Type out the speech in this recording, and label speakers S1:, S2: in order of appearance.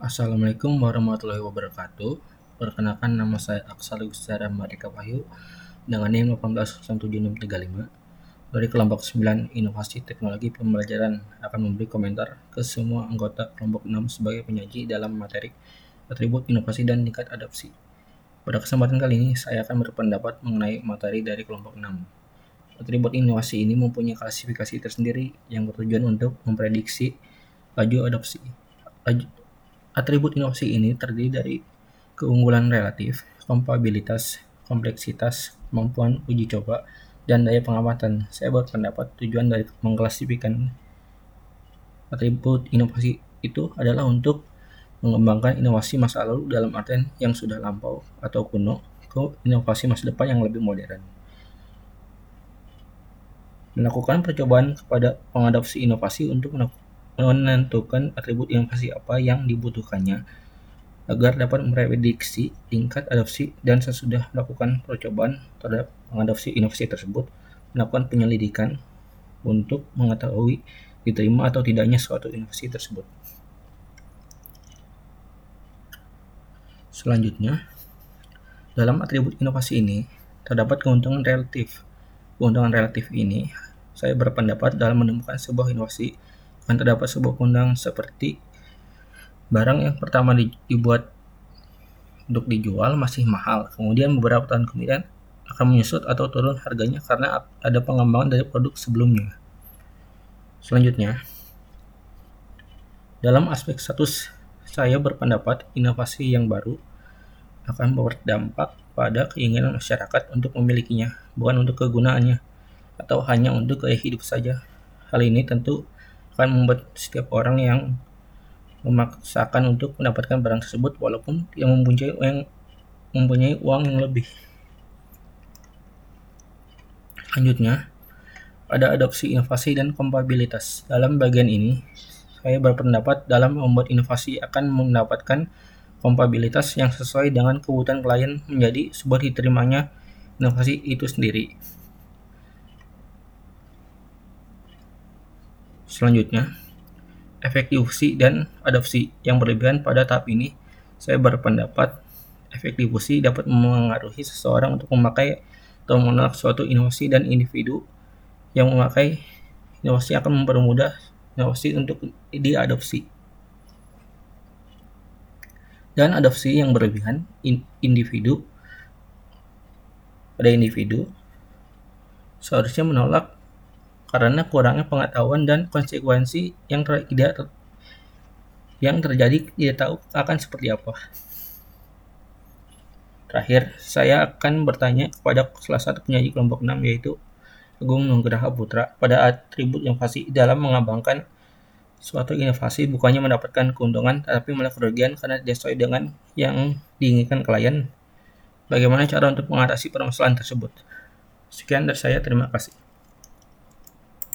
S1: Assalamualaikum warahmatullahi wabarakatuh. Perkenalkan, nama saya Aksal Gustara Mardika Wahyu dengan NIM 1807635 dari kelompok 9 Inovasi Teknologi Pembelajaran akan memberi komentar ke semua anggota kelompok 6 sebagai penyaji dalam materi atribut inovasi dan tingkat adopsi. Pada kesempatan kali ini saya akan berpendapat mengenai materi dari kelompok 6. Atribut inovasi ini mempunyai klasifikasi tersendiri yang bertujuan untuk memprediksi laju adopsi. Atribut inovasi ini terdiri dari keunggulan relatif, kompabilitas, kompleksitas, kemampuan uji coba, dan daya pengamatan. Saya berpendapat tujuan dari mengklasifikasikan atribut inovasi itu adalah untuk mengembangkan inovasi masa lalu dalam artian yang sudah lampau atau kuno ke inovasi masa depan yang lebih modern. Melakukan percobaan kepada pengadopsi inovasi untuk menentukan atribut inovasi apa yang dibutuhkannya agar dapat memprediksi tingkat adopsi, dan sesudah melakukan percobaan terhadap mengadopsi inovasi tersebut, melakukan penyelidikan untuk mengetahui diterima atau tidaknya suatu inovasi tersebut. Selanjutnya, dalam atribut inovasi ini terdapat keuntungan relatif. Keuntungan relatif ini saya berpendapat dalam menemukan sebuah inovasi akan terdapat sebuah keuntungan seperti barang yang pertama dibuat untuk dijual masih mahal, kemudian beberapa tahun kemudian akan menyusut atau turun harganya karena ada pengembangan dari produk sebelumnya. Selanjutnya, dalam aspek status, saya berpendapat inovasi yang baru akan berdampak pada keinginan masyarakat untuk memilikinya, bukan untuk kegunaannya, atau hanya untuk gaya hidup saja. Hal ini tentu akan membuat setiap orang yang memaksakan untuk mendapatkan barang tersebut walaupun yang mempunyai uang yang lebih. Selanjutnya, ada adopsi inovasi dan kompabilitas. Dalam bagian ini, saya berpendapat dalam membuat inovasi akan mendapatkan kompabilitas yang sesuai dengan kebutuhan klien menjadi sebuah diterimanya inovasi itu sendiri. Selanjutnya, efek difusi dan adopsi yang berlebihan pada tahap ini. Saya berpendapat efek difusi dapat mengaruhi seseorang untuk memakai atau menolak suatu inovasi, dan individu yang memakai inovasi akan mempermudah inovasi untuk diadopsi. Dan adopsi yang berlebihan pada individu seharusnya menolak karena kurangnya pengetahuan dan konsekuensi yang terjadi tidak tahu akan seperti apa. Terakhir, saya akan bertanya kepada salah satu penyaji kelompok 6, yaitu Agung Nugraha Putra, pada atribut inovasi dalam mengembangkan suatu inovasi bukannya mendapatkan keuntungan tetapi malah kerugian karena tidak sesuai dengan yang diinginkan klien. Bagaimana cara untuk mengatasi permasalahan tersebut? Sekian dari saya, terima kasih.